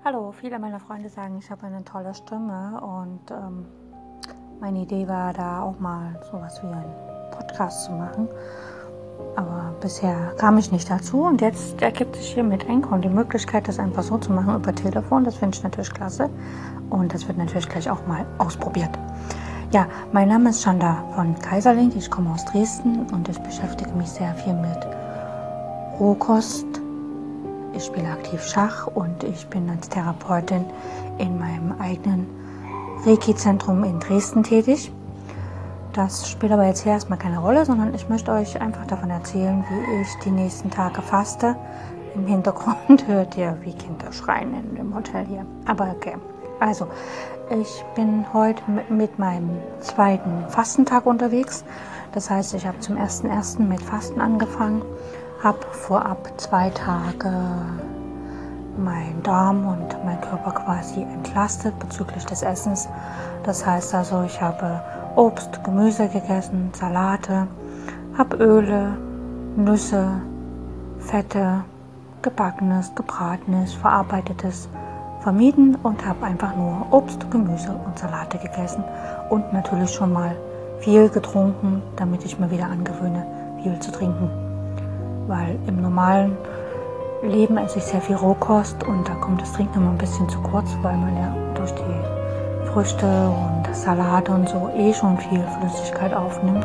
Hallo, viele meiner Freunde sagen, ich habe eine tolle Stimme und meine Idee war da auch mal sowas wie einen Podcast zu machen, aber bisher kam ich nicht dazu und jetzt ergibt sich hier mit Anchor die Möglichkeit, das einfach so zu machen über Telefon. Das finde ich natürlich klasse und das wird natürlich gleich auch mal ausprobiert. Ja, mein Name ist Chanda von Kaiserling, ich komme aus Dresden und ich beschäftige mich sehr viel mit Rohkost. Ich spiele aktiv Schach und ich bin als Therapeutin in meinem eigenen Reiki-Zentrum in Dresden tätig. Das spielt aber jetzt hier erstmal keine Rolle, sondern ich möchte euch einfach davon erzählen, wie ich die nächsten Tage faste. Im Hintergrund hört ihr, wie Kinder schreien in dem Hotel hier. Aber okay, also ich bin heute mit meinem zweiten Fastentag unterwegs. Das heißt, ich habe zum 1.1. mit Fasten angefangen. Habe vorab 2 Tage meinen Darm und meinen Körper quasi entlastet bezüglich des Essens. Das heißt also, ich habe Obst, Gemüse gegessen, Salate, habe Öle, Nüsse, Fette, Gebackenes, Gebratenes, Verarbeitetes vermieden und habe einfach nur Obst, Gemüse und Salate gegessen und natürlich schon mal viel getrunken, damit ich mir wieder angewöhne, viel zu trinken. Weil im normalen Leben esse ich sehr viel Rohkost und da kommt das Trinken immer ein bisschen zu kurz, weil man ja durch die Früchte und Salate und so schon viel Flüssigkeit aufnimmt.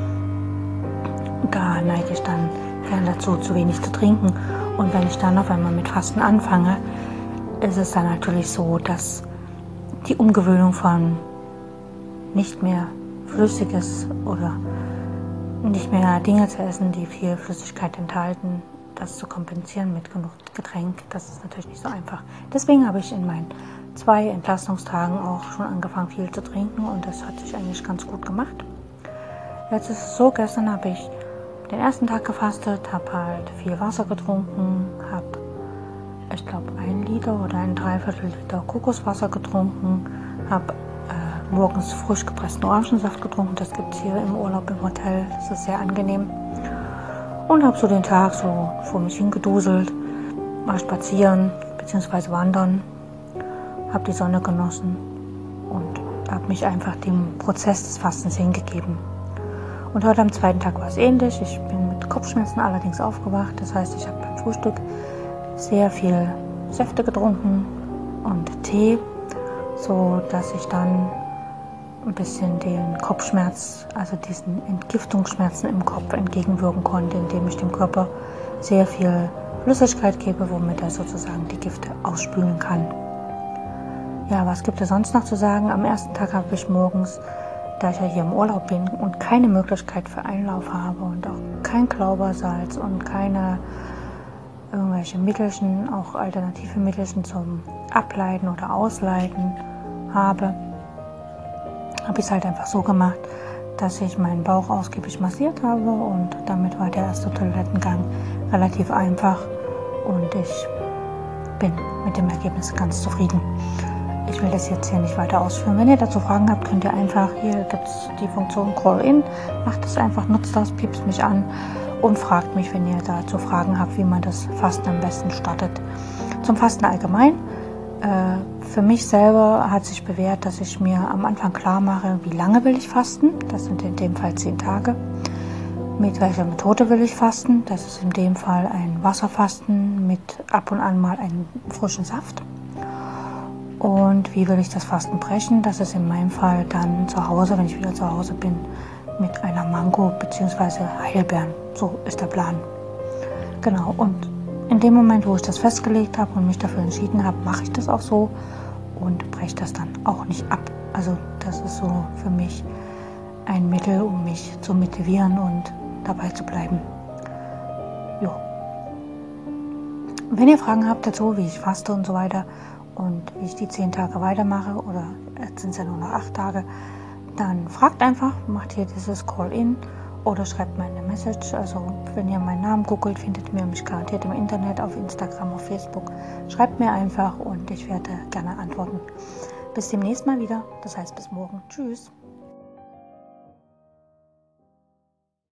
Da neige ich dann gern dazu, zu wenig zu trinken. Und wenn ich dann auf einmal mit Fasten anfange, ist es dann natürlich so, dass die Umgewöhnung von nicht mehr Flüssiges oder nicht mehr Dinge zu essen, die viel Flüssigkeit enthalten, das zu kompensieren mit genug Getränk, das ist natürlich nicht so einfach. Deswegen habe ich in meinen 2 Entlastungstagen auch schon angefangen, viel zu trinken und das hat sich eigentlich ganz gut gemacht. Jetzt ist es so, gestern habe ich den ersten Tag gefastet, habe halt viel Wasser getrunken, habe, ich glaube, 1 Liter oder 1,75 Liter Kokoswasser getrunken, habe morgens frisch gepressten Orangensaft getrunken, das gibt es hier im Urlaub im Hotel, das ist sehr angenehm. Und habe so den Tag so vor mich hingeduselt, mal spazieren bzw. wandern, habe die Sonne genossen und habe mich einfach dem Prozess des Fastens hingegeben. Und heute am zweiten Tag war es ähnlich, ich bin mit Kopfschmerzen allerdings aufgewacht, das heißt, ich habe beim Frühstück sehr viel Säfte getrunken und Tee, so dass ich dann ein bisschen den Kopfschmerz, also diesen Entgiftungsschmerzen im Kopf entgegenwirken konnte, indem ich dem Körper sehr viel Flüssigkeit gebe, womit er sozusagen die Gifte ausspülen kann. Ja, was gibt es sonst noch zu sagen? Am ersten Tag habe ich morgens, da ich ja hier im Urlaub bin und keine Möglichkeit für Einlauf habe und auch kein Klaubersalz und keine irgendwelche Mittelchen, auch alternative Mittelchen zum Ableiten oder Ausleiten habe ich es halt einfach so gemacht, dass ich meinen Bauch ausgiebig massiert habe und damit war der erste Toilettengang relativ einfach und ich bin mit dem Ergebnis ganz zufrieden. Ich will das jetzt hier nicht weiter ausführen. Wenn ihr dazu Fragen habt, könnt ihr einfach, hier gibt es die Funktion Call-In, macht es einfach, nutzt das, piepst mich an und fragt mich, wenn ihr dazu Fragen habt, wie man das Fasten am besten startet. Zum Fasten allgemein. Für mich selber hat sich bewährt, dass ich mir am Anfang klar mache, wie lange will ich fasten. Das sind in dem Fall 10 Tage. Mit welcher Methode will ich fasten? Das ist in dem Fall ein Wasserfasten mit ab und an mal einem frischen Saft. Und wie will ich das Fasten brechen? Das ist in meinem Fall dann zu Hause, wenn ich wieder zu Hause bin, mit einer Mango bzw. Heidelbeeren. So ist der Plan. Genau, und in dem Moment, wo ich das festgelegt habe und mich dafür entschieden habe, mache ich das auch so und breche das dann auch nicht ab. Also das ist so für mich ein Mittel, um mich zu motivieren und dabei zu bleiben. Jo. Wenn ihr Fragen habt dazu, wie ich faste und so weiter und wie ich die 10 Tage weitermache oder jetzt sind es ja nur noch 8 Tage, dann fragt einfach, macht hier dieses Call-In oder schreibt mir eine Message. Also wenn ihr meinen Namen googelt, findet ihr mich garantiert im Internet, auf Instagram, auf Facebook. Schreibt mir einfach und ich werde gerne antworten. Bis demnächst mal wieder, das heißt bis morgen. Tschüss.